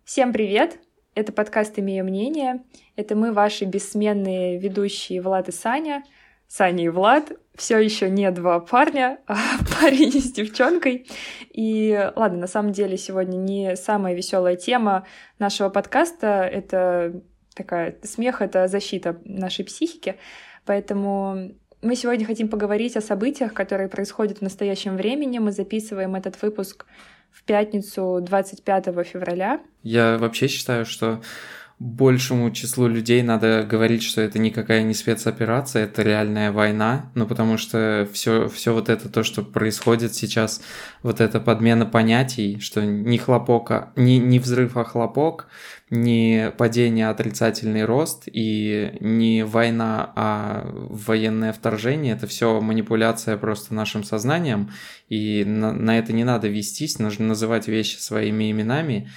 Всем привет! Это подкаст «Имею мнение». Это мы, ваши бессменные ведущие Влад и Саня. Саня и Влад. Все еще не два парня, а парень с девчонкой. И ладно, на самом деле сегодня не самая веселая тема нашего подкаста. Это такая смех, это защита нашей психики. Поэтому мы сегодня хотим поговорить о событиях, которые происходят в настоящем времени. Мы записываем этот выпуск в пятницу 25 февраля. Я вообще считаю, что большему числу людей надо говорить, что это никакая не спецоперация, это реальная война, потому что все вот это то, что происходит сейчас, вот эта подмена понятий, что не хлопок, не взрыв, а хлопок, не падение, а отрицательный рост, и не война, а военное вторжение, это все манипуляция просто нашим сознанием, и на это не надо вестись, нужно называть вещи своими именами.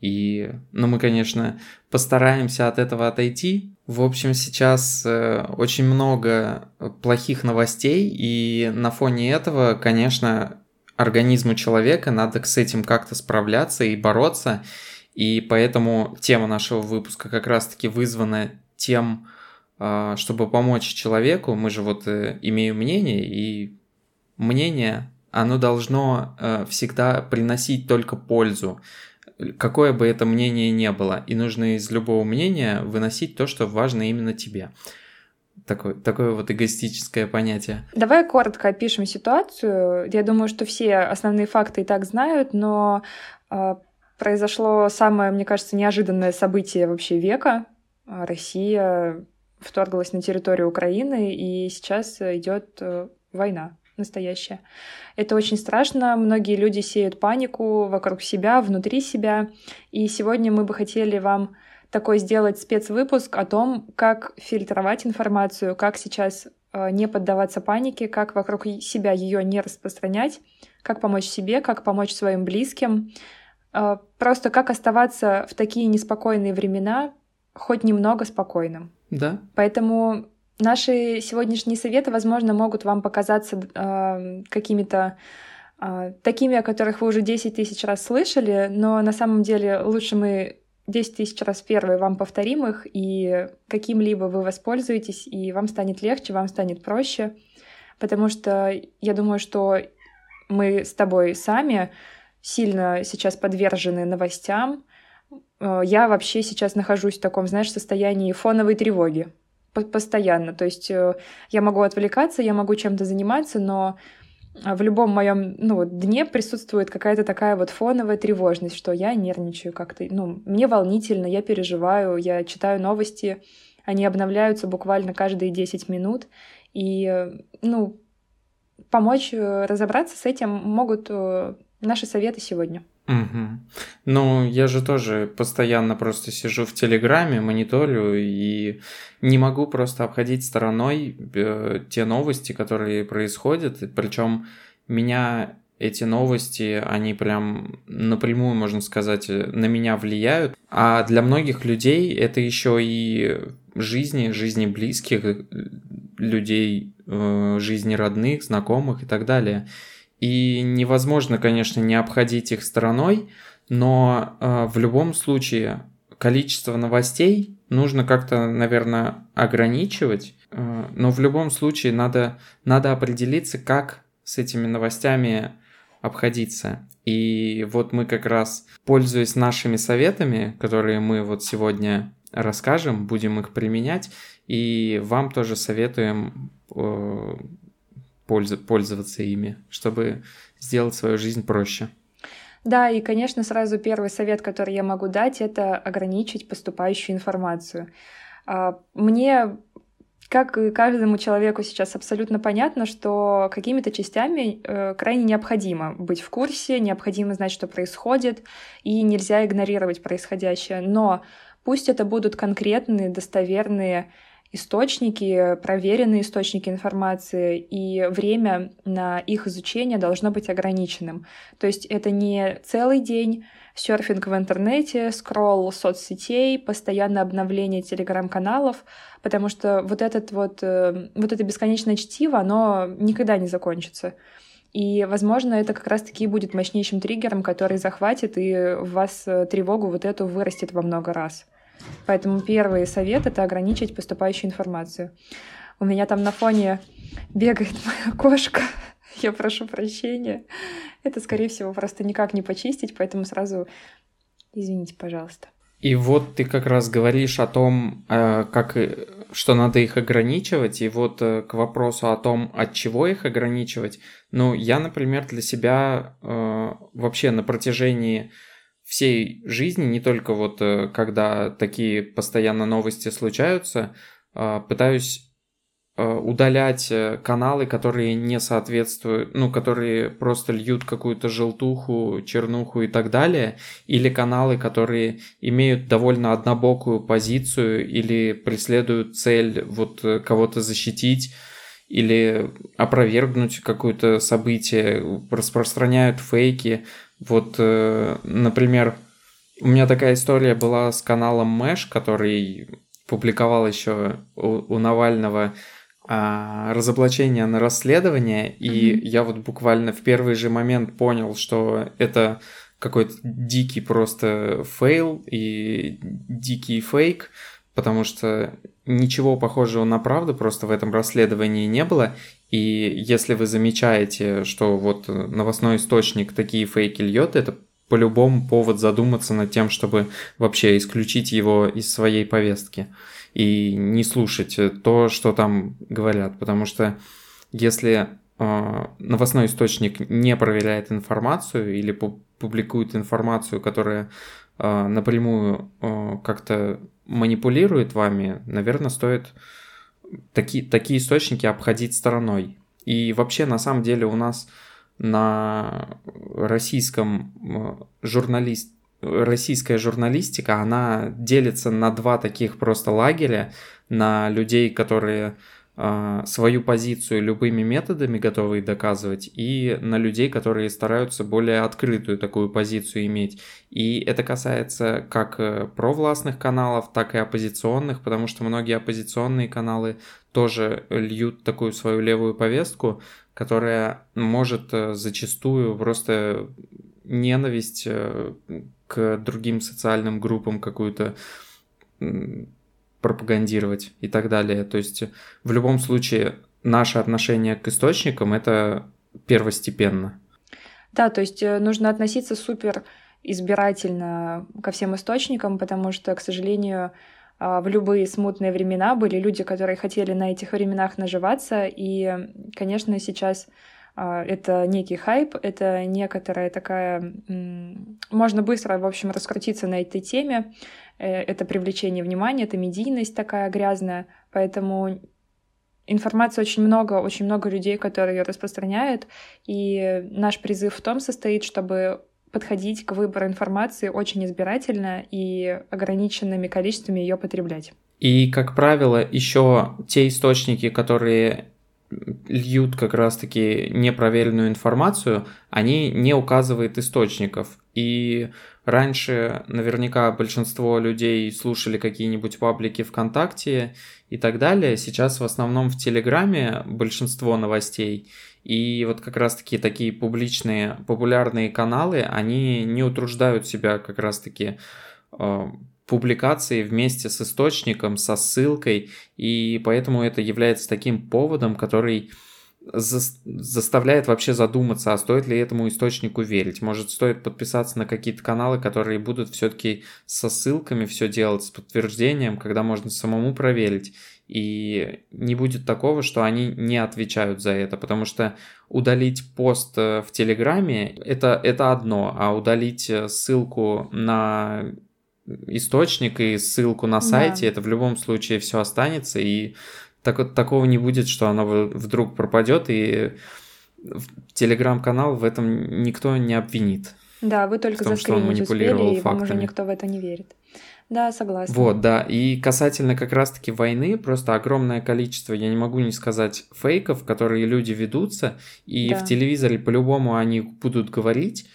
Мы, конечно, постараемся от этого отойти. В общем, сейчас очень много плохих новостей, и на фоне этого, конечно, организму человека надо с этим как-то справляться и бороться. И поэтому тема нашего выпуска как раз-таки вызвана тем, чтобы помочь человеку. Мы же имеем мнение, и мнение, оно должно всегда приносить только пользу. Какое бы это мнение ни было, и нужно из любого мнения выносить то, что важно именно тебе. Такое эгоистическое понятие. Давай коротко опишем ситуацию. Я думаю, что все основные факты и так знают, но произошло самое, мне кажется, неожиданное событие вообще века. Россия вторглась на территорию Украины, и сейчас идет война настоящая. Это очень страшно. Многие люди сеют панику вокруг себя, внутри себя. И сегодня мы бы хотели вам такой сделать спецвыпуск о том, как фильтровать информацию, как сейчас не поддаваться панике, как вокруг себя ее не распространять, как помочь себе, как помочь своим близким. Просто как оставаться в такие неспокойные времена хоть немного спокойным. Да. Поэтому наши сегодняшние советы, возможно, могут вам показаться какими-то такими, о которых вы уже 10 тысяч раз слышали, но на самом деле лучше мы 10 тысяч раз первые вам повторим их, и каким-либо вы воспользуетесь, и вам станет легче, вам станет проще, потому что я думаю, что мы с тобой сами сильно сейчас подвержены новостям. Я вообще сейчас нахожусь в таком, состоянии фоновой тревоги. Постоянно. То есть я могу отвлекаться, я могу чем-то заниматься, но в любом моем дне присутствует какая-то такая фоновая тревожность, что я нервничаю как-то. Мне волнительно, я переживаю, я читаю новости, они обновляются буквально каждые 10 минут. И помочь разобраться с этим могут наши советы сегодня. Угу. Я же тоже постоянно просто сижу в Телеграме, мониторю и не могу просто обходить стороной те новости, которые происходят. Причем меня эти новости, они прям напрямую, можно сказать, на меня влияют. А для многих людей это еще и жизни близких людей, жизни родных, знакомых и так далее. И невозможно, конечно, не обходить их стороной, но в любом случае количество новостей нужно как-то, наверное, ограничивать. Но в любом случае надо определиться, как с этими новостями обходиться. И мы как раз, пользуясь нашими советами, которые мы сегодня расскажем, будем их применять, и вам тоже советуем пользоваться ими, чтобы сделать свою жизнь проще. Да, и, конечно, сразу первый совет, который я могу дать, это ограничить поступающую информацию. Мне, как и каждому человеку сейчас абсолютно понятно, что какими-то частями крайне необходимо быть в курсе, необходимо знать, что происходит, и нельзя игнорировать происходящее. Но пусть это будут конкретные, достоверные источники, проверенные источники информации, и время на их изучение должно быть ограниченным. То есть это не целый день серфинг в интернете, скролл соцсетей, постоянное обновление телеграм-каналов, потому что это бесконечное чтиво, оно никогда не закончится. И, возможно, это как раз-таки и будет мощнейшим триггером, который захватит и в вас тревогу вот эту вырастет во много раз. Поэтому первый совет — это ограничить поступающую информацию. У меня там на фоне бегает моя кошка. Я прошу прощения. Это, скорее всего, просто никак не почистить, поэтому сразу извините, пожалуйста. И вот ты как раз говоришь о том, что надо их ограничивать, и вот к вопросу о том, от чего их ограничивать. Ну, я, например, для себя вообще на протяжении всей жизни, не только вот когда такие постоянно новости случаются, пытаюсь удалять каналы, которые не соответствуют, ну, которые просто льют какую-то желтуху, чернуху и так далее, или каналы, которые имеют довольно однобокую позицию или преследуют цель вот кого-то защитить или опровергнуть какое-то событие, распространяют фейки. Вот, например, у меня такая история была с каналом Мэш, который публиковал еще у Навального разоблачение на расследование, и я вот буквально в первый же момент понял, что это какой-то дикий просто фейл и дикий фейк, потому что ничего похожего на правду просто в этом расследовании не было, и если вы замечаете, что вот новостной источник такие фейки льет, это по-любому повод задуматься над тем, чтобы вообще исключить его из своей повестки и не слушать то, что там говорят, потому что если новостной источник не проверяет информацию или публикует информацию, которая напрямую как-то манипулирует вами, наверное, стоит такие источники обходить стороной. И вообще, на самом деле, у нас на российская журналистика, она делится на два таких просто лагеря, на людей, которые свою позицию любыми методами готовы доказывать, и на людей, которые стараются более открытую такую позицию иметь. И это касается как провластных каналов, так и оппозиционных, потому что многие оппозиционные каналы тоже льют такую свою левую повестку, которая может зачастую просто ненависть к другим социальным группам какую-то пропагандировать и так далее. То есть в любом случае наше отношение к источникам — это первостепенно. Да, то есть нужно относиться супер избирательно ко всем источникам, потому что, к сожалению, в любые смутные времена были люди, которые хотели на этих временах наживаться, и, конечно, сейчас это некий хайп, это некоторая такая... Можно быстро, в общем, раскрутиться на этой теме, это привлечение внимания, это медийность такая грязная, поэтому информации очень много людей, которые ее распространяют, и наш призыв в том состоит, чтобы подходить к выбору информации очень избирательно и ограниченными количествами ее потреблять. И, как правило, еще те источники, которые льют как раз-таки непроверенную информацию, они не указывают источников. И раньше наверняка большинство людей слушали какие-нибудь паблики ВКонтакте и так далее. Сейчас в основном в Телеграме большинство новостей. И вот как раз-таки такие публичные, популярные каналы, они не утруждают себя как раз-таки публикации вместе с источником, со ссылкой, и поэтому это является таким поводом, который заставляет вообще задуматься, а стоит ли этому источнику верить. Может, стоит подписаться на какие-то каналы, которые будут все-таки со ссылками все делать, с подтверждением, когда можно самому проверить. И не будет такого, что они не отвечают за это, потому что удалить пост в Телеграме это одно, а удалить ссылку на источник и ссылку на сайте, это в любом случае все останется, и такого не будет, что оно вдруг пропадет, и Телеграм-канал в этом никто не обвинит. Да, вы только заскринить успели, и вам уже никто в это не верит. Да, согласна. Вот, да, и касательно как раз-таки войны, просто огромное количество, я не могу не сказать, фейков, которые люди ведутся, и в телевизоре по-любому они будут говорить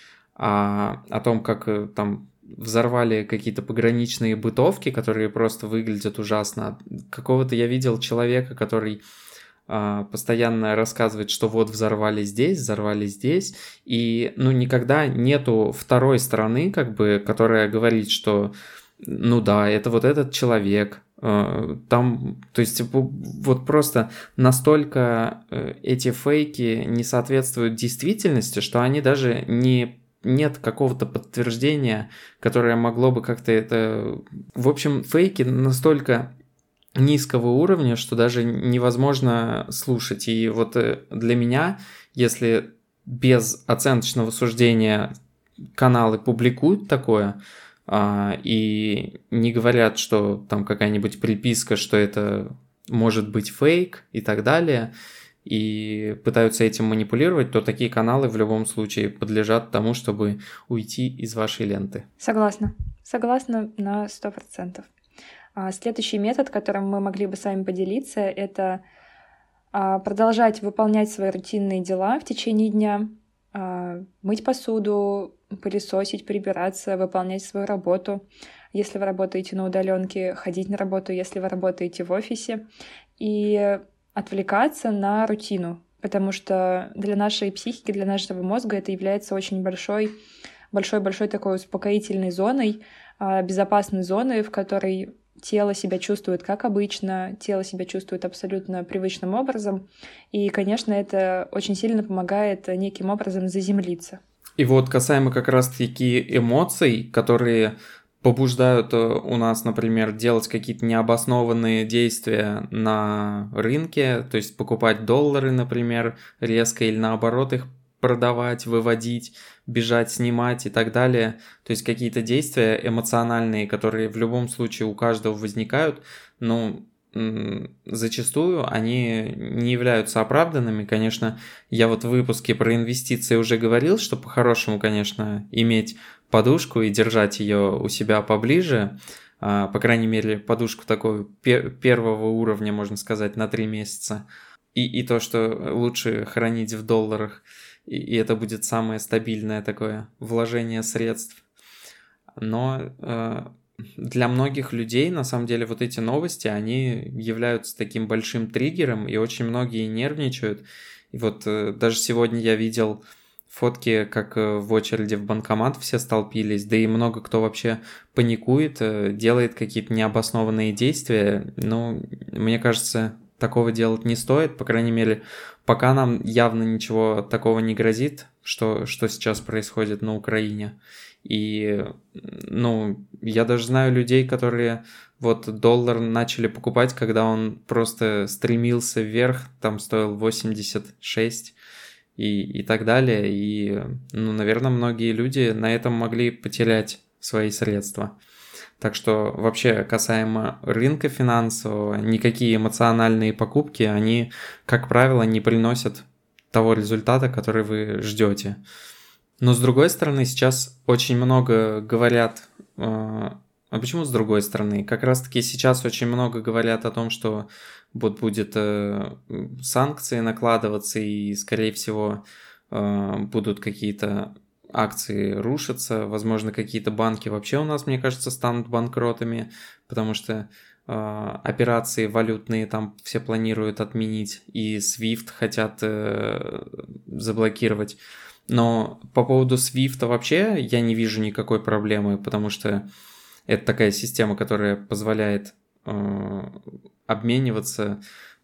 о том, как там взорвали какие-то пограничные бытовки, которые просто выглядят ужасно. Какого-то я видел человека, который постоянно рассказывать, что вот взорвали здесь, и, ну, никогда нету второй стороны, как бы, которая говорит, что, ну да, это вот этот человек, там, то есть вот просто настолько эти фейки не соответствуют действительности, что они даже нет какого-то подтверждения, которое могло бы как-то это... В общем, фейки настолько низкого уровня, что даже невозможно слушать. И вот для меня, если без оценочного суждения каналы публикуют такое, и не говорят, что там какая-нибудь приписка, что это может быть фейк и так далее, и пытаются этим манипулировать, то такие каналы в любом случае подлежат тому, чтобы уйти из вашей ленты. Согласна. Согласна на 100%. Следующий метод, которым мы могли бы с вами поделиться, это продолжать выполнять свои рутинные дела в течение дня, мыть посуду, пылесосить, прибираться, выполнять свою работу, если вы работаете на удаленке, ходить на работу, если вы работаете в офисе, и отвлекаться на рутину, потому что для нашей психики, для нашего мозга это является очень большой такой успокоительной зоной, безопасной зоной, в которой тело себя чувствует как обычно, тело себя чувствует абсолютно привычным образом, и, конечно, это очень сильно помогает неким образом заземлиться. И вот касаемо как раз-таки эмоций, которые побуждают у нас, например, делать какие-то необоснованные действия на рынке, то есть покупать доллары, например, резко, или наоборот их продавать, выводить, бежать, снимать и так далее. То есть какие-то действия эмоциональные, которые в любом случае у каждого возникают, ну, зачастую они не являются оправданными. Конечно, я вот в выпуске про инвестиции уже говорил, что по-хорошему, конечно, иметь подушку и держать ее у себя поближе, по крайней мере, подушку такого первого уровня, можно сказать, на 3 месяца. И то, что лучше хранить в долларах, и это будет самое стабильное такое вложение средств. Но для многих людей, на самом деле, вот эти новости, они являются таким большим триггером, и очень многие нервничают. И вот даже сегодня я видел фотки, как в очереди в банкомат все столпились, да и много кто вообще паникует, делает какие-то необоснованные действия. Ну, мне кажется, такого делать не стоит, по крайней мере, пока нам явно ничего такого не грозит, что сейчас происходит на Украине. И, ну, я даже знаю людей, которые вот доллар начали покупать, когда он просто стремился вверх, там стоил 86 и так далее. И, ну, наверное, многие люди на этом могли потерять свои средства. Так что вообще касаемо рынка финансового, никакие эмоциональные покупки, они, как правило, не приносят того результата, который вы ждете. Но с другой стороны, сейчас очень много говорят... А почему с другой стороны? Как раз-таки сейчас очень много говорят о том, что вот будет санкции накладываться, и, скорее всего, будут какие-то акции рушатся, возможно, какие-то банки вообще у нас, мне кажется, станут банкротами, потому что операции валютные там все планируют отменить, и SWIFT хотят заблокировать. Но по поводу SWIFT вообще я не вижу никакой проблемы, потому что это такая система, которая позволяет обмениваться,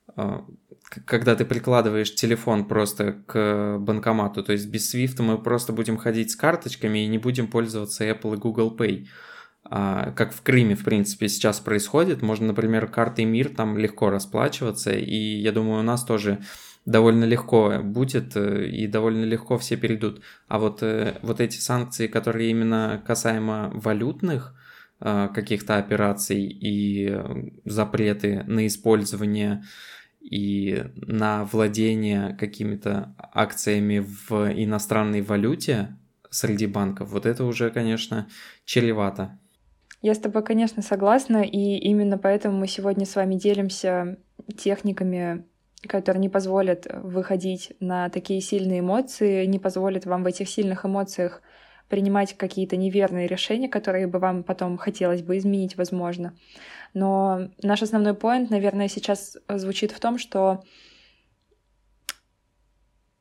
когда ты прикладываешь телефон просто к банкомату. То есть без SWIFT мы просто будем ходить с карточками и не будем пользоваться Apple и Google Pay. Как в Крыме, в принципе, сейчас происходит. Можно, например, картой МИР там легко расплачиваться, и я думаю, у нас тоже довольно легко будет, и довольно легко все перейдут. А вот эти санкции, которые именно касаемо валютных каких-то операций и запреты на использование и на владение какими-то акциями в иностранной валюте среди банков, вот это уже, конечно, чревато. Я с тобой, конечно, согласна, и именно поэтому мы сегодня с вами делимся техниками, которые не позволят выходить на такие сильные эмоции, не позволят вам в этих сильных эмоциях принимать какие-то неверные решения, которые бы вам потом хотелось бы изменить, возможно. Но наш основной поинт, наверное, сейчас звучит в том, что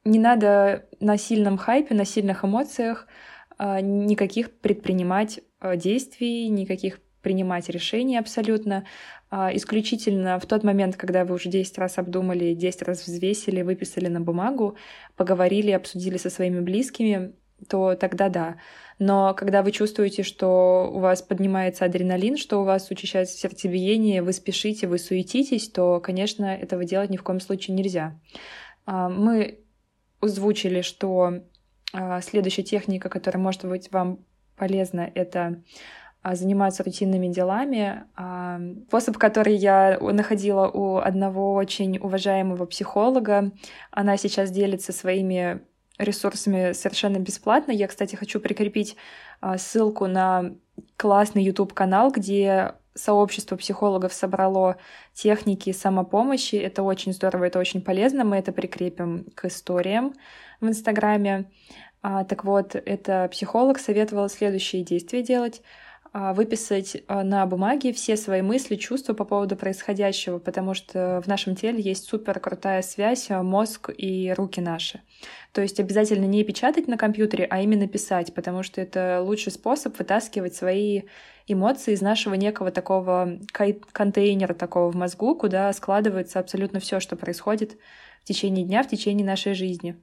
не надо на сильном хайпе, на сильных эмоциях никаких предпринимать действий, никаких принимать решений абсолютно. Исключительно в тот момент, когда вы уже 10 раз обдумали, 10 раз взвесили, выписали на бумагу, поговорили, обсудили со своими близкими, то тогда да. Но когда вы чувствуете, что у вас поднимается адреналин, что у вас учащается сердцебиение, вы спешите, вы суетитесь, то, конечно, этого делать ни в коем случае нельзя. Мы озвучили, что следующая техника, которая может быть вам полезна, это заниматься рутинными делами. Способ, который я находила у одного очень уважаемого психолога, она сейчас делится своими ресурсами совершенно бесплатно. Я, кстати, хочу прикрепить ссылку на классный YouTube-канал, где сообщество психологов собрало техники самопомощи. Это очень здорово, это очень полезно. Мы это прикрепим к историям в Инстаграме. Так вот, эта психолог советовала следующие действия делать. Выписать на бумаге все свои мысли, чувства по поводу происходящего, потому что в нашем теле есть супер крутая связь мозг и руки наши. То есть обязательно не печатать на компьютере, а именно писать, потому что это лучший способ вытаскивать свои эмоции из нашего некого такого контейнера такого в мозгу, куда складывается абсолютно все, что происходит в течение дня, в течение нашей жизни.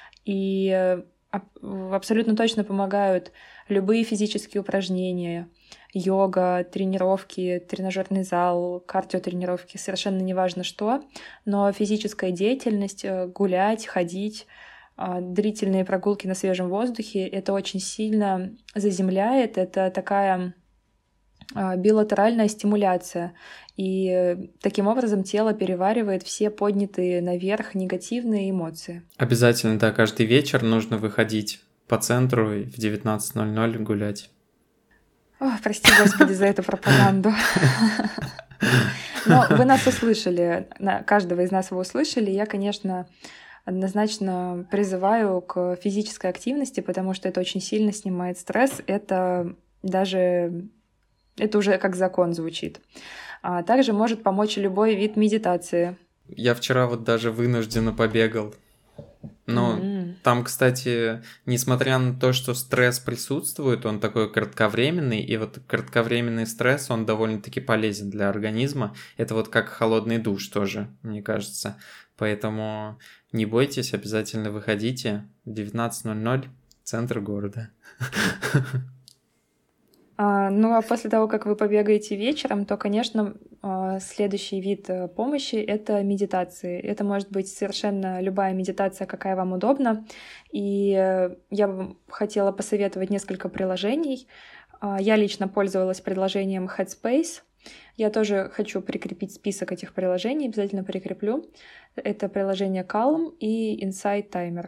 И абсолютно точно помогают любые физические упражнения, йога, тренировки, тренажерный зал, кардиотренировки, совершенно неважно что, но физическая деятельность, гулять, ходить, длительные прогулки на свежем воздухе, это очень сильно заземляет, это такая билатеральная стимуляция. И таким образом тело переваривает все поднятые наверх негативные эмоции. Обязательно, да, каждый вечер нужно выходить по центру и в 19:00 гулять. Ох, прости, Господи, за эту пропаганду. Но вы нас услышали, каждого из нас вы услышали. Я, конечно, однозначно призываю к физической активности, потому что это очень сильно снимает стресс. Это уже как закон звучит. А также может помочь любой вид медитации. Я вчера вот даже вынужденно побегал. Но там, кстати, несмотря на то, что стресс присутствует, он такой кратковременный, и вот кратковременный стресс, он довольно-таки полезен для организма. Это вот как холодный душ тоже, мне кажется. Поэтому не бойтесь, обязательно выходите в 19:00, центр города. Ну а после того, как вы побегаете вечером, то, конечно, следующий вид помощи — это медитации. Это может быть совершенно любая медитация, какая вам удобна. И я бы хотела посоветовать несколько приложений. Я лично пользовалась приложением Headspace. Я тоже хочу прикрепить список этих приложений, обязательно прикреплю. Это приложение Calm и Insight Timer.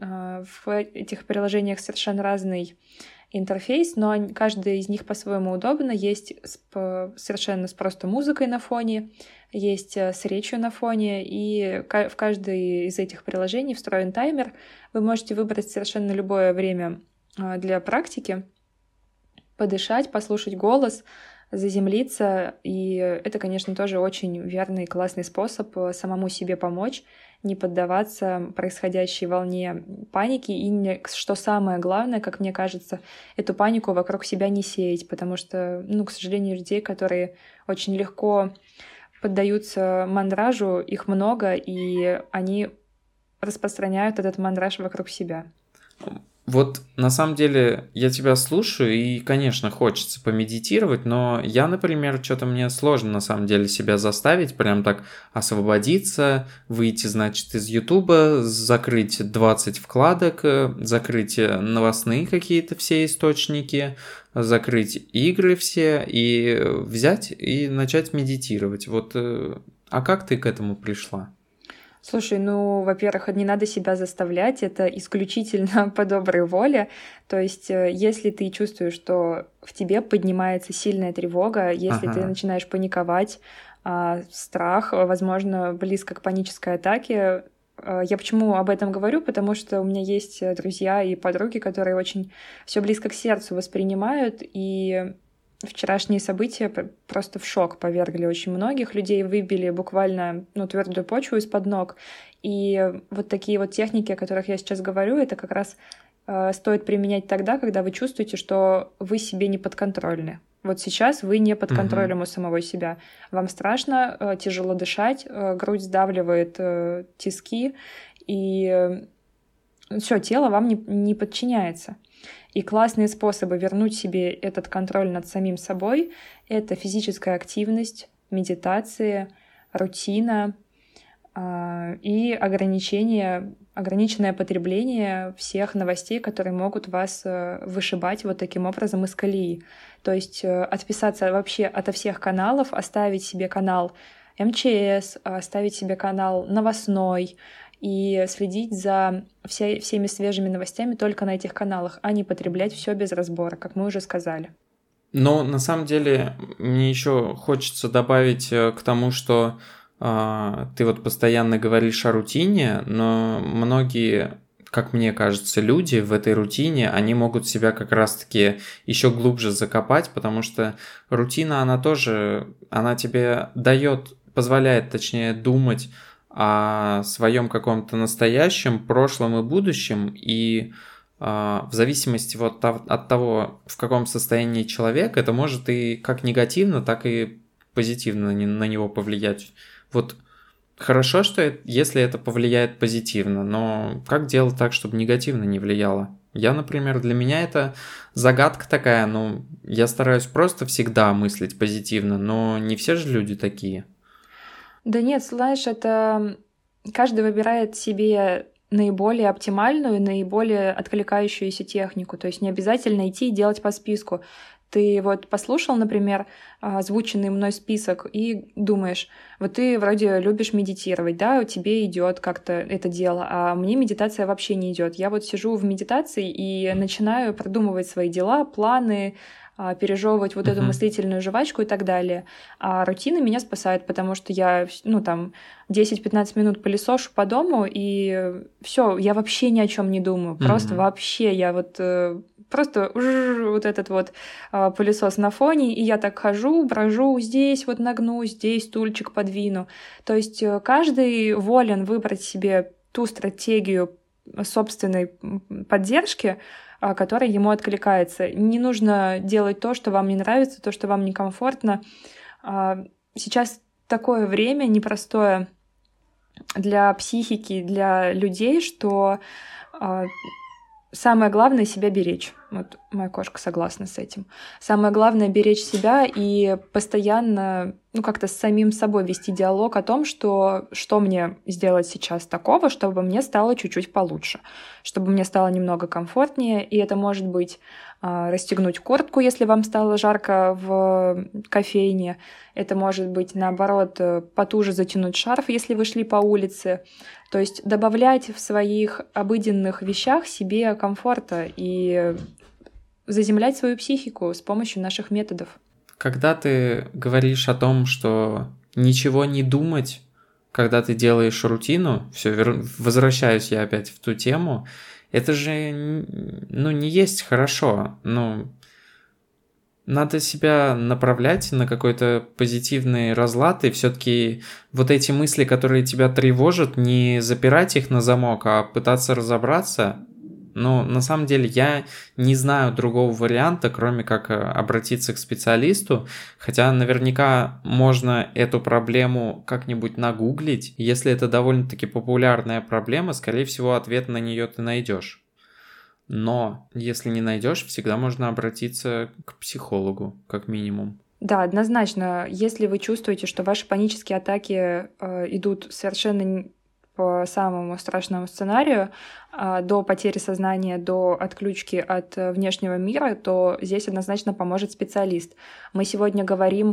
В этих приложениях совершенно разный интерфейс, но каждый из них по-своему удобно. Есть совершенно с просто музыкой на фоне, есть с речью на фоне, и в каждой из этих приложений встроен таймер. Вы можете выбрать совершенно любое время для практики, подышать, послушать голос, заземлиться, и это, конечно, тоже очень верный и классный способ самому себе помочь, не поддаваться происходящей волне паники и, что самое главное, как мне кажется, эту панику вокруг себя не сеять, потому что, к сожалению, людей, которые очень легко поддаются мандражу, их много, и они распространяют этот мандраж вокруг себя. Вот на самом деле я тебя слушаю, и, конечно, хочется помедитировать, но я, например, что-то мне сложно на самом деле себя заставить, прям так освободиться, выйти, значит, из Ютуба, закрыть 20 вкладок, закрыть новостные какие-то все источники, закрыть игры все и взять и начать медитировать. Вот, а как ты к этому пришла? Слушай, во-первых, не надо себя заставлять, это исключительно по доброй воле. То есть, если ты чувствуешь, что в тебе поднимается сильная тревога, если ты начинаешь паниковать, страх, возможно, близко к панической атаке. Я почему об этом говорю? Потому что у меня есть друзья и подруги, которые очень все близко к сердцу воспринимают, и вчерашние события просто в шок повергли очень многих людей, выбили буквально твердую почву из-под ног. И вот такие вот техники, о которых я сейчас говорю, это как раз стоит применять тогда, когда вы чувствуете, что вы себе не подконтрольны. Вот сейчас вы не под контролем у самого себя. Вам страшно, тяжело дышать, грудь сдавливает тиски, и все, тело вам не подчиняется. И классные способы вернуть себе этот контроль над самим собой — это физическая активность, медитация, рутина и ограниченное потребление всех новостей, которые могут вас вышибать вот таким образом из колеи. То есть отписаться вообще ото всех каналов, оставить себе канал МЧС, оставить себе канал новостной и следить за всеми свежими новостями только на этих каналах, а не потреблять все без разбора, как мы уже сказали. Но на самом деле мне еще хочется добавить к тому, что ты вот постоянно говоришь о рутине, но многие, как мне кажется, люди в этой рутине, они могут себя как раз-таки еще глубже закопать, потому что рутина, она тебе позволяет, точнее, думать о своем каком-то настоящем, прошлом и будущем, и в зависимости вот от того, в каком состоянии человек, это может и как негативно, так и позитивно на него повлиять. Вот хорошо, если это повлияет позитивно, но как делать так, чтобы негативно не влияло? Например, для меня это загадка такая, я стараюсь просто всегда мыслить позитивно, но не все же люди такие. Да нет, знаешь, это каждый выбирает себе наиболее оптимальную, наиболее откликающуюся технику, то есть не обязательно идти и делать по списку. Ты вот послушал, например, озвученный мной список и думаешь, вот ты вроде любишь медитировать, да, тебе идет как-то это дело, а мне медитация вообще не идет. Я вот сижу в медитации и начинаю продумывать свои дела, планы, пережевывать вот эту мыслительную жвачку и так далее. А рутина меня спасает, потому что я, 10-15 минут пылесошу по дому, и все, я вообще ни о чем не думаю. Просто вообще, я вот просто вот этот вот пылесос на фоне, и я так хожу, брожу, здесь вот нагну, здесь стульчик подвину. То есть каждый волен выбрать себе ту стратегию собственной поддержки, который ему откликается. Не нужно делать то, что вам не нравится, то, что вам некомфортно. Сейчас такое время непростое для психики, для людей, что самое главное — себя беречь. Вот моя кошка согласна с этим. Самое главное — беречь себя и постоянно, как-то с самим собой вести диалог о том, что мне сделать сейчас такого, чтобы мне стало чуть-чуть получше, чтобы мне стало немного комфортнее. И это может быть расстегнуть куртку, если вам стало жарко в кофейне. Это может быть, наоборот, потуже затянуть шарф, если вы шли по улице. То есть добавлять в своих обыденных вещах себе комфорта и заземлять свою психику с помощью наших методов. Когда ты говоришь о том, что ничего не думать, когда ты делаешь рутину, возвращаюсь я опять в ту тему, это же, не есть хорошо. Надо себя направлять на какой-то позитивный разлад, и все-таки вот эти мысли, которые тебя тревожат, не запирать их на замок, а пытаться разобраться. Но на самом деле я не знаю другого варианта, кроме как обратиться к специалисту, хотя наверняка можно эту проблему как-нибудь нагуглить. Если это довольно-таки популярная проблема, скорее всего, ответ на нее ты найдешь. Но если не найдешь, всегда можно обратиться к психологу, как минимум. Да, однозначно. Если вы чувствуете, что ваши панические атаки идут совершенно по самому страшному сценарию, до потери сознания, до отключки от внешнего мира, то здесь однозначно поможет специалист. Мы сегодня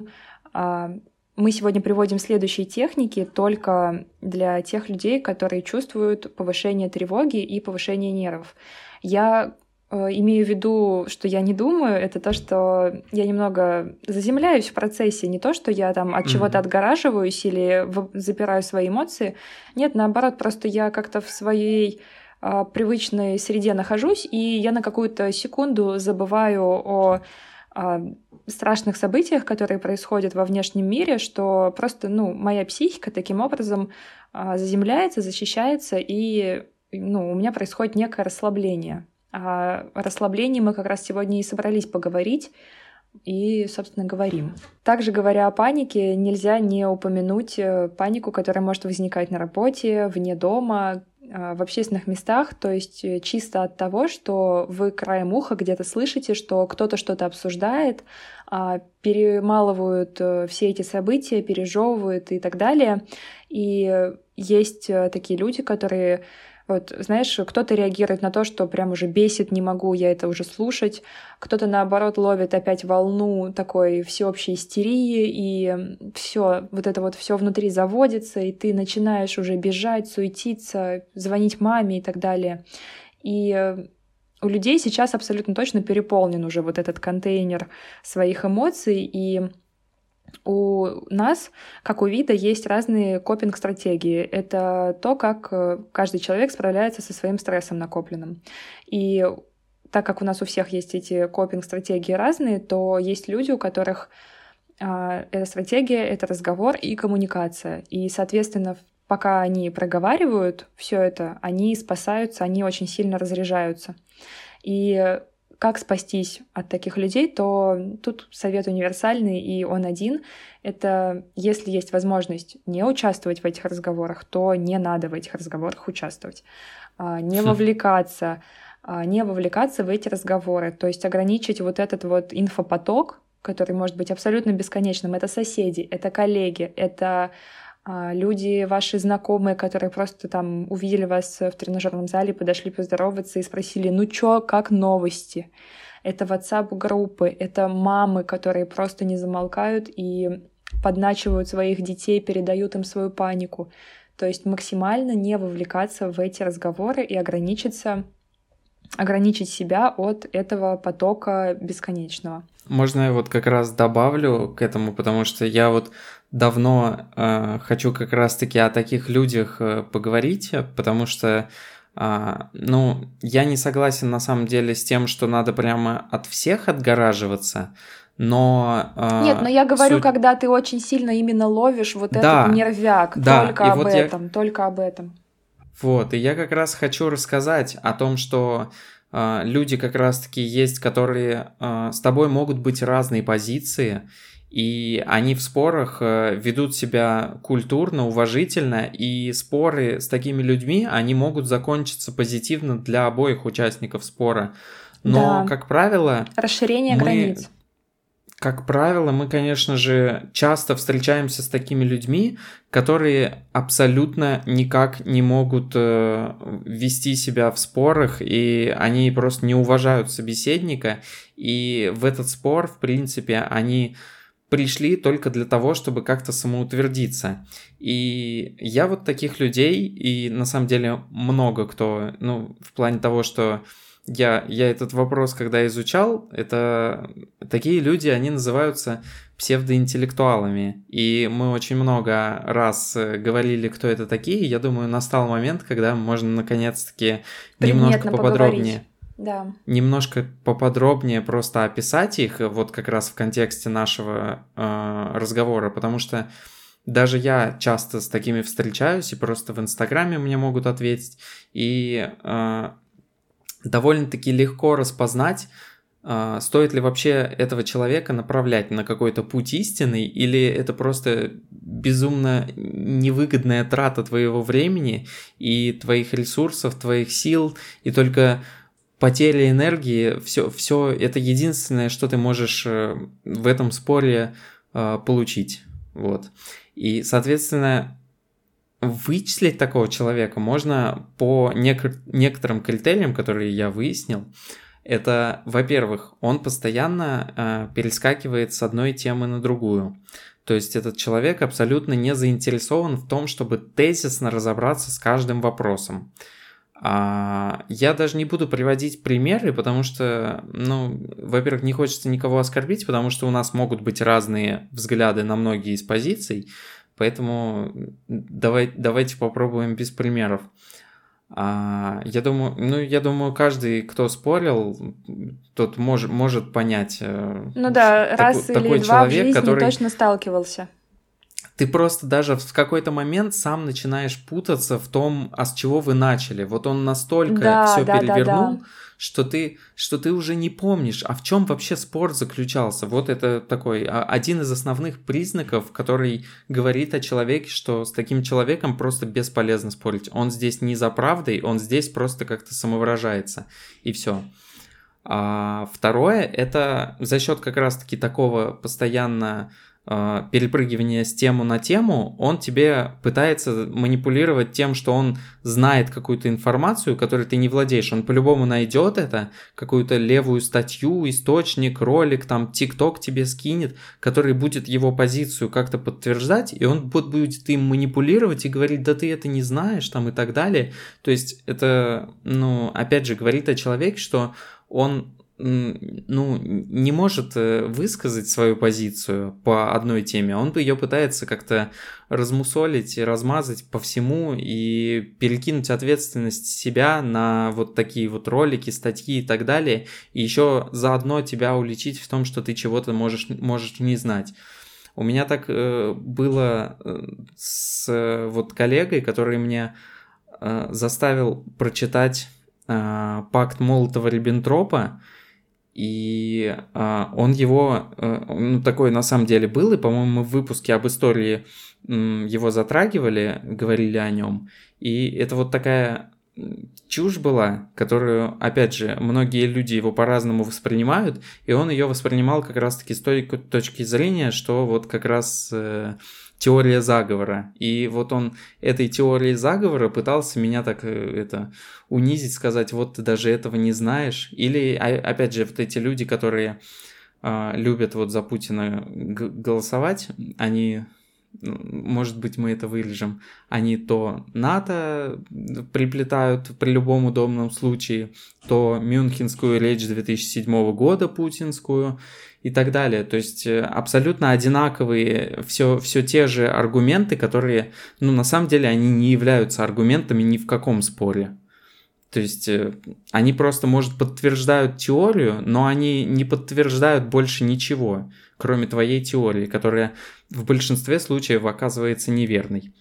приводим следующие техники только для тех людей, которые чувствуют повышение тревоги и повышение нервов. Я имею в виду, что я не думаю, это то, что я немного заземляюсь в процессе, не то, что я там от чего-то отгораживаюсь или запираю свои эмоции. Нет, наоборот, просто я как-то в своей привычной среде нахожусь, и я на какую-то секунду забываю о страшных событиях, которые происходят во внешнем мире, что просто, моя психика таким образом заземляется, защищается, и, у меня происходит некое расслабление. О расслаблении мы как раз сегодня и собрались поговорить, и, собственно, говорим. Также, говоря о панике, нельзя не упомянуть панику, которая может возникать на работе, вне дома, в общественных местах, то есть чисто от того, что вы краем уха где-то слышите, что кто-то что-то обсуждает, перемалывают все эти события, пережевывают и так далее. И есть такие люди, которые... Вот, знаешь, кто-то реагирует на то, что прям уже бесит, не могу я это уже слушать. Кто-то, наоборот, ловит опять волну такой всеобщей истерии, и все вот это вот все внутри заводится, и ты начинаешь уже бежать, суетиться, звонить маме и так далее. И у людей сейчас абсолютно точно переполнен уже вот этот контейнер своих эмоций, и у нас, как у вида, есть разные копинг-стратегии. Это то, как каждый человек справляется со своим стрессом накопленным. И так как у нас у всех есть эти копинг-стратегии разные, то есть люди, у которых эта стратегия — это разговор и коммуникация. И, соответственно, пока они проговаривают все это, они спасаются, они очень сильно разряжаются. И как спастись от таких людей, то тут совет универсальный, и он один. Это если есть возможность не участвовать в этих разговорах, то не надо в этих разговорах участвовать. Не вовлекаться в эти разговоры, то есть ограничить вот этот вот инфопоток, который может быть абсолютно бесконечным. Это соседи, это коллеги, это люди, ваши знакомые, которые просто там увидели вас в тренажерном зале, подошли поздороваться и спросили: ну чё, как новости? Это WhatsApp-группы, это мамы, которые просто не замолкают и подначивают своих детей, передают им свою панику. То есть максимально не вовлекаться в эти разговоры и ограничить себя от этого потока бесконечного. Можно я вот как раз добавлю к этому, потому что я вот давно хочу как раз-таки о таких людях поговорить, потому что, я не согласен на самом деле с тем, что надо прямо от всех отгораживаться, но... Нет, но я говорю, когда ты очень сильно именно ловишь вот этот нервяк, только об этом. Вот, и я как раз хочу рассказать о том, что люди как раз-таки есть, которые с тобой могут быть разные позиции, и они в спорах ведут себя культурно, уважительно, и споры с такими людьми, они могут закончиться позитивно для обоих участников спора. Но, как правило... Расширение границ. Как правило, мы, конечно же, часто встречаемся с такими людьми, которые абсолютно никак не могут вести себя в спорах, и они просто не уважают собеседника, и в этот спор, в принципе, они пришли только для того, чтобы как-то самоутвердиться. И я вот таких людей, и на самом деле много кто, в плане того, что я этот вопрос, когда изучал, это такие люди, они называются псевдоинтеллектуалами. И мы очень много раз говорили, кто это такие. Я думаю, настал момент, когда можно наконец-таки немножко поподробнее. Да. Немножко поподробнее просто описать их, вот как раз в контексте нашего разговора, потому что даже я часто с такими встречаюсь, и просто в Инстаграме мне могут ответить, и довольно-таки легко распознать, стоит ли вообще этого человека направлять на какой-то путь истинный, или это просто безумно невыгодная трата твоего времени и твоих ресурсов, твоих сил, и только потеря энергии, все это единственное, что ты можешь в этом споре получить. Вот. И, соответственно, вычислить такого человека можно по некоторым критериям, которые я выяснил. Это, во-первых, он постоянно перескакивает с одной темы на другую. То есть этот человек абсолютно не заинтересован в том, чтобы тезисно разобраться с каждым вопросом. Я даже не буду приводить примеры, потому что, во-первых, не хочется никого оскорбить, потому что у нас могут быть разные взгляды на многие из позиций, поэтому давайте попробуем без примеров. Я думаю, каждый, кто спорил, тот может понять. Ну да, раз или Такой два в человек, жизни который... точно сталкивался. Ты просто даже в какой-то момент сам начинаешь путаться в том, а с чего вы начали. Вот он настолько Да, все да, да, да. перевернул, что ты уже не помнишь, а в чем вообще спор заключался. Вот это такой один из основных признаков, который говорит о человеке, что с таким человеком просто бесполезно спорить. Он здесь не за правдой, он здесь просто как-то самовыражается. И все. А второе, это за счет как раз-таки такого постоянно перепрыгивания с тему на тему, он тебе пытается манипулировать тем, что он знает какую-то информацию, которой ты не владеешь. Он по-любому найдет это, какую-то левую статью, источник, ролик, там, ТикТок тебе скинет, который будет его позицию как-то подтверждать, и он будет им манипулировать и говорить, да ты это не знаешь, там, и так далее. То есть это, опять же, говорит о человеке, что он не может высказать свою позицию по одной теме, он ее пытается как-то размусолить и размазать по всему и перекинуть ответственность себя на вот такие вот ролики, статьи и так далее, и еще заодно тебя уличить в том, что ты чего-то можешь не знать. У меня так было с вот коллегой, который мне заставил прочитать пакт Молотова-Риббентропа, и он его, такой на самом деле был, и, по-моему, мы в выпуске об истории его затрагивали, говорили о нем. И это вот такая чушь была, которую, опять же, многие люди его по-разному воспринимают, и он ее воспринимал как раз-таки с той точки зрения, что вот как раз теория заговора. И вот он этой теорией заговора пытался меня так унизить, сказать, вот ты даже этого не знаешь. Или, опять же, вот эти люди, которые любят вот за Путина голосовать, они, может быть, мы это вырежем, они то НАТО приплетают при любом удобном случае, то Мюнхенскую речь 2007 года путинскую, и так далее. То есть абсолютно одинаковые все те же аргументы, которые, на самом деле, они не являются аргументами ни в каком споре. То есть они просто, может, подтверждают теорию, но они не подтверждают больше ничего, кроме твоей теории, которая в большинстве случаев оказывается неверной.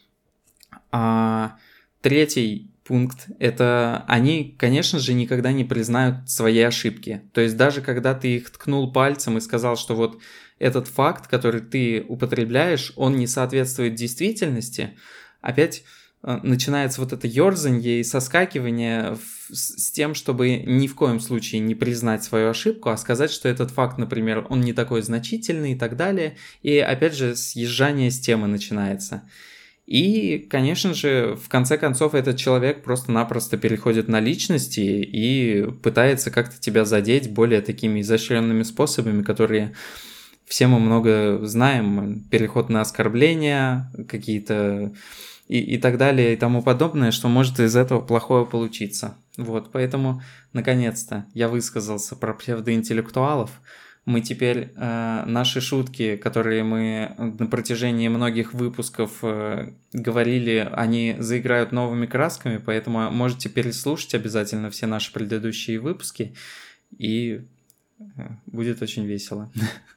А третий пункт – это они, конечно же, никогда не признают свои ошибки. То есть даже когда ты их ткнул пальцем и сказал, что вот этот факт, который ты употребляешь, он не соответствует действительности, опять начинается вот это ёрзанье и соскакивание с тем, чтобы ни в коем случае не признать свою ошибку, а сказать, что этот факт, например, он не такой значительный и так далее. И опять же съезжание с темы начинается. И, конечно же, в конце концов этот человек просто-напросто переходит на личности и пытается как-то тебя задеть более такими изощренными способами, которые все мы много знаем. Переход на оскорбления, какие-то и так далее и тому подобное, что может из этого плохое получиться. Вот, поэтому, наконец-то, я высказался про псевдоинтеллектуалов. Мы теперь наши шутки, которые мы на протяжении многих выпусков говорили, они заиграют новыми красками, поэтому можете переслушать обязательно все наши предыдущие выпуски, и будет очень весело.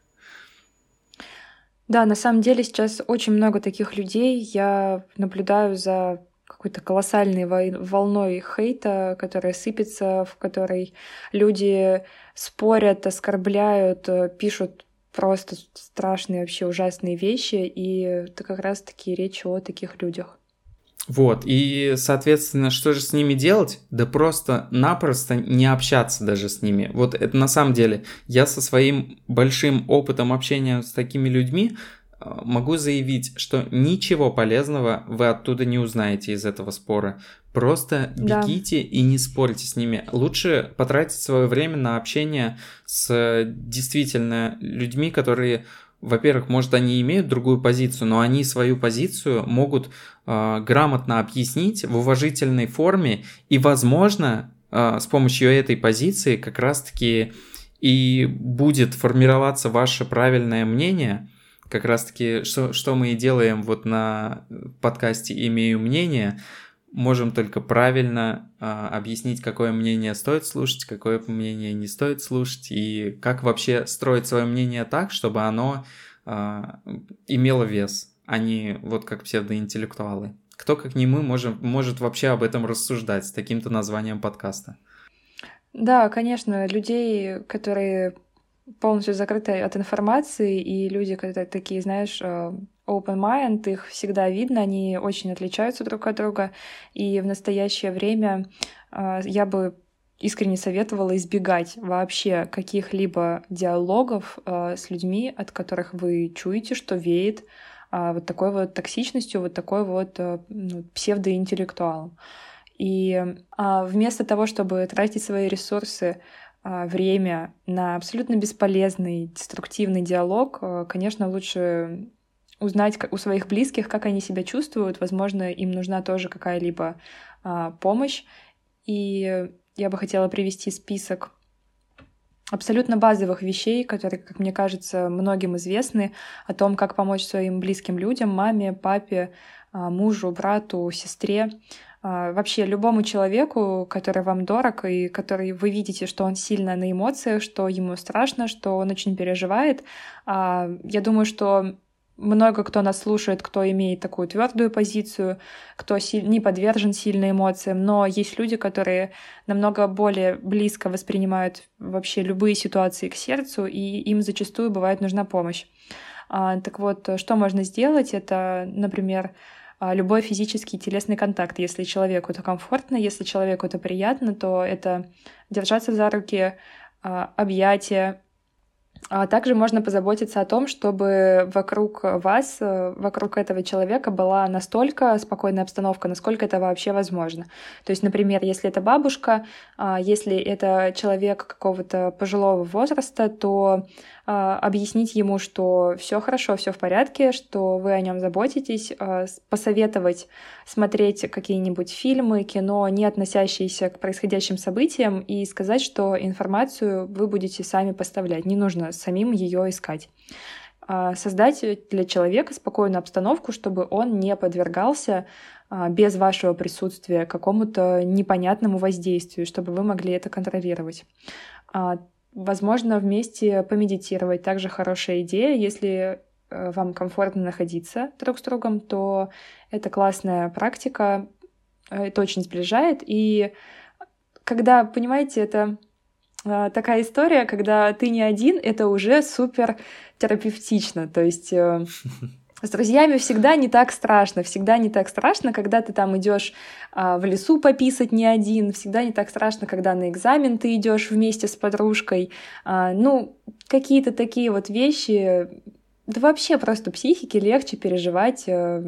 Да, на самом деле сейчас очень много таких людей. Я наблюдаю за какой-то колоссальной волной хейта, которая сыпется, в которой люди спорят, оскорбляют, пишут просто страшные, вообще ужасные вещи, и это как раз-таки речь о таких людях. Вот, и, соответственно, что же с ними делать? Да просто-напросто не общаться даже с ними. Вот это на самом деле, я со своим большим опытом общения с такими людьми могу заявить, что ничего полезного вы оттуда не узнаете из этого спора. Просто бегите и не спорьте с ними. Лучше потратить свое время на общение с действительно людьми, которые, во-первых, может, они имеют другую позицию, но они свою позицию могут грамотно объяснить в уважительной форме, и, возможно, с помощью этой позиции как раз-таки и будет формироваться ваше правильное мнение. Как раз-таки, что мы и делаем вот на подкасте «Имею мнение». можем только правильно объяснить, какое мнение стоит слушать, какое мнение не стоит слушать, и как вообще строить свое мнение так, чтобы оно имело вес, а не вот как псевдоинтеллектуалы. Кто, как не мы, может вообще об этом рассуждать с таким-то названием подкаста? Да, конечно, людей, которые полностью закрыты от информации, и люди, которые такие, знаешь, open mind, их всегда видно, они очень отличаются друг от друга, и в настоящее время я бы искренне советовала избегать вообще каких-либо диалогов с людьми, от которых вы чуете, что веет вот такой вот токсичностью, вот такой вот псевдоинтеллектуалом. И вместо того, чтобы тратить свои ресурсы, время на абсолютно бесполезный, деструктивный диалог, конечно, лучше узнать у своих близких, как они себя чувствуют. Возможно, им нужна тоже какая-либо помощь. И я бы хотела привести список абсолютно базовых вещей, которые, как мне кажется, многим известны, о том, как помочь своим близким людям, маме, папе, мужу, брату, сестре, вообще любому человеку, который вам дорог и который вы видите, что он сильно на эмоциях, что ему страшно, что он очень переживает. Я думаю, что много кто нас слушает, кто имеет такую твердую позицию, кто не подвержен сильным эмоциям, но есть люди, которые намного более близко воспринимают вообще любые ситуации к сердцу, и им зачастую бывает нужна помощь. Так вот, что можно сделать? Это, например, любой физический телесный контакт. Если человеку это комфортно, если человеку это приятно, то это держаться за руки, объятия. А также можно позаботиться о том, чтобы вокруг вас, вокруг этого человека была настолько спокойная обстановка, насколько это вообще возможно. То есть, например, если это бабушка, если это человек какого-то пожилого возраста, то объяснить ему, что все хорошо, все в порядке, что вы о нем заботитесь, посоветовать смотреть какие-нибудь фильмы, кино, не относящиеся к происходящим событиям, и сказать, что информацию вы будете сами поставлять, не нужно самим ее искать. Создать для человека спокойную обстановку, чтобы он не подвергался без вашего присутствия какому-то непонятному воздействию, чтобы вы могли это контролировать. Возможно, вместе помедитировать. Также хорошая идея. Если вам комфортно находиться друг с другом, то это классная практика. Это очень сближает. И когда, понимаете, это такая история, когда ты не один, это уже супер терапевтично. То есть с друзьями всегда не так страшно, когда ты там идешь в лесу пописать не один, всегда не так страшно, когда на экзамен ты идешь вместе с подружкой. Какие-то такие вот вещи, да вообще просто психике легче переживать,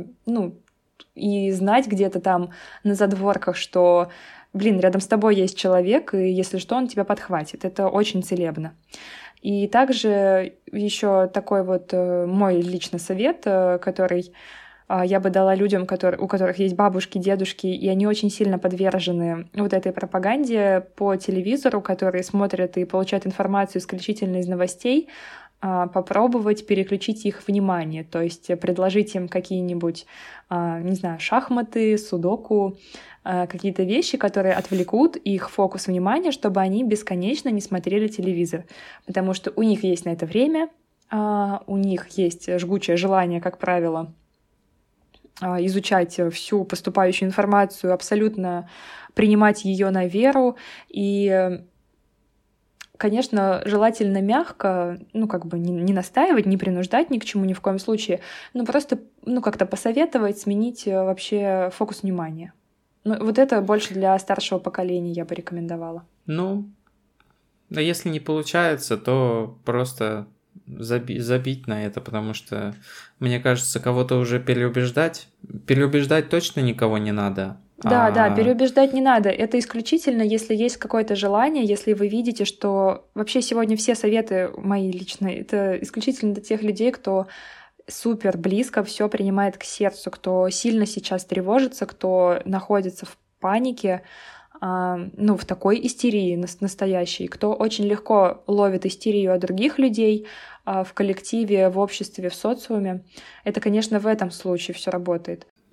и знать где-то там на задворках, что, рядом с тобой есть человек, и если что, он тебя подхватит. Это очень целебно. И также еще такой вот мой личный совет, который я бы дала людям, у которых есть бабушки, дедушки, и они очень сильно подвержены вот этой пропаганде по телевизору, которые смотрят и получают информацию исключительно из новостей, попробовать переключить их внимание, то есть предложить им какие-нибудь, шахматы, судоку, какие-то вещи, которые отвлекут их фокус внимания, чтобы они бесконечно не смотрели телевизор. Потому что у них есть на это время, у них есть жгучее желание, как правило, изучать всю поступающую информацию, абсолютно принимать ее на веру. И, конечно, желательно мягко, не настаивать, не принуждать ни к чему ни в коем случае, но просто, как-то посоветовать, сменить вообще фокус внимания. Вот это больше для старшего поколения я бы рекомендовала. А если не получается, то просто забить на это, потому что, мне кажется, кого-то уже переубеждать точно никого не надо. Да, переубеждать не надо. Это исключительно, если есть какое-то желание, если вы видите, что вообще сегодня все советы мои личные, это исключительно для тех людей, кто супер близко все принимает к сердцу, кто сильно сейчас тревожится, кто находится в панике, в такой истерии настоящей, кто очень легко ловит истерию от других людей в коллективе, в обществе, в социуме. Это, конечно, в этом случае все работает.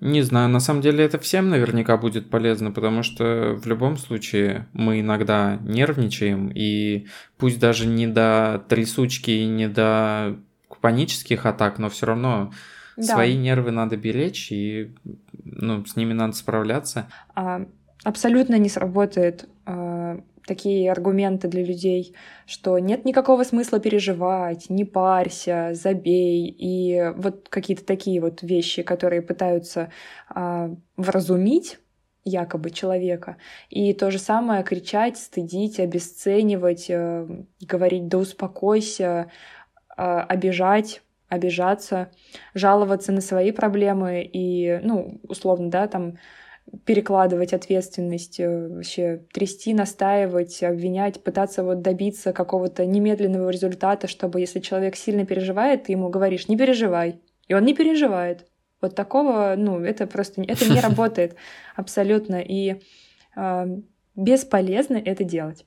Не знаю, на самом деле это всем наверняка будет полезно, потому что в любом случае мы иногда нервничаем, и пусть даже не до трясучки и не до панических атак, но все равно Да, свои нервы надо беречь, и с ними надо справляться. абсолютно не сработает такие аргументы для людей, что нет никакого смысла переживать, не парься, забей, и вот какие-то такие вот вещи, которые пытаются вразумить якобы человека. И то же самое кричать, стыдить, обесценивать, говорить «да успокойся», обижаться, жаловаться на свои проблемы и, условно, да, там перекладывать ответственность, вообще трясти, настаивать, обвинять, пытаться вот добиться какого-то немедленного результата, чтобы если человек сильно переживает, ты ему говоришь «не переживай», и он не переживает. Вот такого, это просто, это не работает абсолютно, и бесполезно это делать.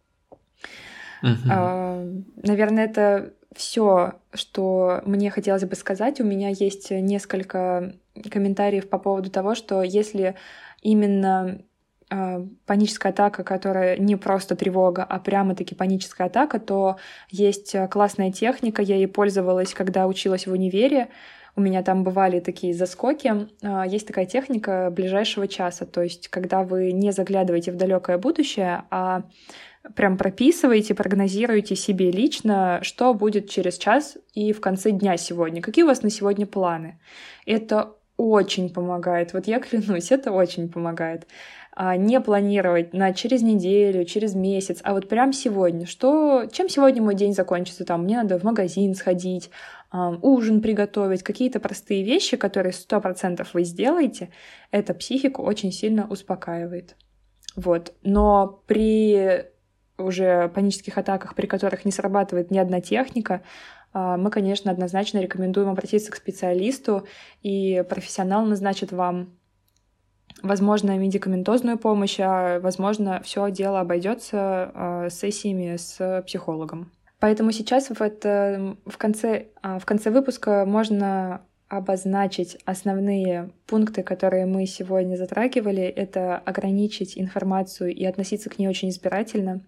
Наверное, это все, что мне хотелось бы сказать. У меня есть несколько комментариев по поводу того, что если именно паническая атака, которая не просто тревога, а прямо-таки паническая атака, то есть классная техника, я ей пользовалась, когда училась в универе. У меня там бывали такие заскоки. Есть такая техника ближайшего часа, то есть когда вы не заглядываете в далекое будущее, а прям прописываете, прогнозируете себе лично, что будет через час и в конце дня сегодня, какие у вас на сегодня планы. Это очень помогает. Вот я клянусь, это очень помогает. Не планировать через неделю, через месяц, а вот прям сегодня. Чем сегодня мой день закончится? Там, мне надо в магазин сходить, ужин приготовить, какие-то простые вещи, которые 100% вы сделаете, это психику очень сильно успокаивает. Вот. Но при уже панических атаках, при которых не срабатывает ни одна техника, мы, конечно, однозначно рекомендуем обратиться к специалисту, и профессионал назначит вам, возможно, медикаментозную помощь, а, возможно, все дело обойдется сессиями с психологом. Поэтому сейчас в конце выпуска можно обозначить основные пункты, которые мы сегодня затрагивали. Это ограничить информацию и относиться к ней очень избирательно.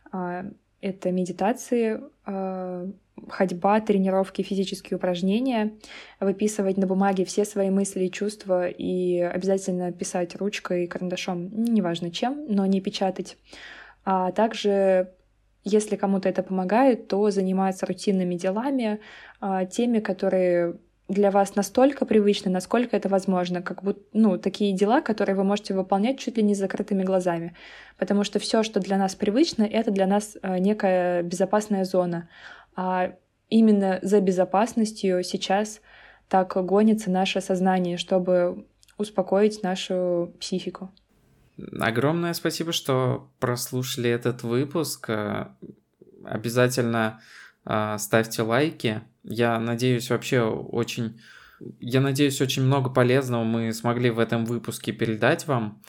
Это медитации, ходьба, тренировки, физические упражнения, выписывать на бумаге все свои мысли и чувства и обязательно писать ручкой и карандашом, неважно чем, но не печатать. А также, если кому-то это помогает, то заниматься рутинными делами, теми, которые для вас настолько привычны, насколько это возможно, как будто, такие дела, которые вы можете выполнять чуть ли не с закрытыми глазами. Потому что все, что для нас привычно, это для нас некая безопасная зона. А именно за безопасностью сейчас так гонится наше сознание, чтобы успокоить нашу психику. Огромное спасибо, что прослушали этот выпуск. Обязательно ставьте лайки. Я надеюсь, очень много полезного мы смогли в этом выпуске передать вам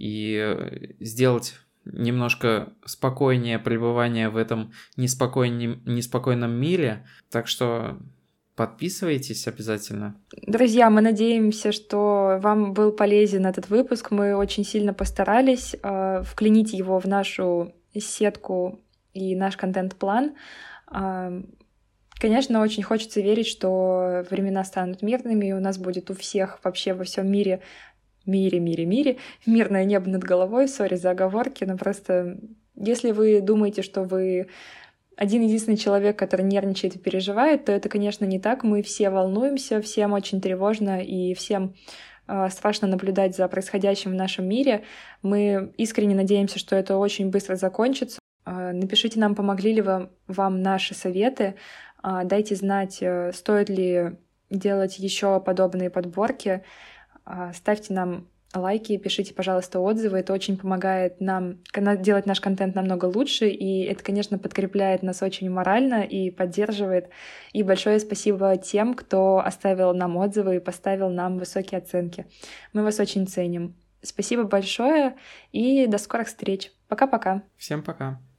и сделать немножко спокойнее пребывание в этом неспокойном мире. Так что подписывайтесь обязательно. Друзья, мы надеемся, что вам был полезен этот выпуск. Мы очень сильно постарались вклинить его в нашу сетку и наш контент-план. Конечно, очень хочется верить, что времена станут мирными, и у нас будет у всех вообще во всем мире мирное небо над головой. Сори за оговорки, но просто если вы думаете, что вы один-единственный человек, который нервничает и переживает, то это, конечно, не так. Мы все волнуемся, всем очень тревожно, и всем страшно наблюдать за происходящим в нашем мире. Мы искренне надеемся, что это очень быстро закончится. Напишите нам, помогли ли вам наши советы. Дайте знать, стоит ли делать еще подобные подборки. Ставьте нам лайки, пишите, пожалуйста, отзывы. Это очень помогает нам делать наш контент намного лучше, и это, конечно, подкрепляет нас очень морально и поддерживает. И большое спасибо тем, кто оставил нам отзывы и поставил нам высокие оценки. Мы вас очень ценим. Спасибо большое и до скорых встреч. Пока-пока. Всем пока.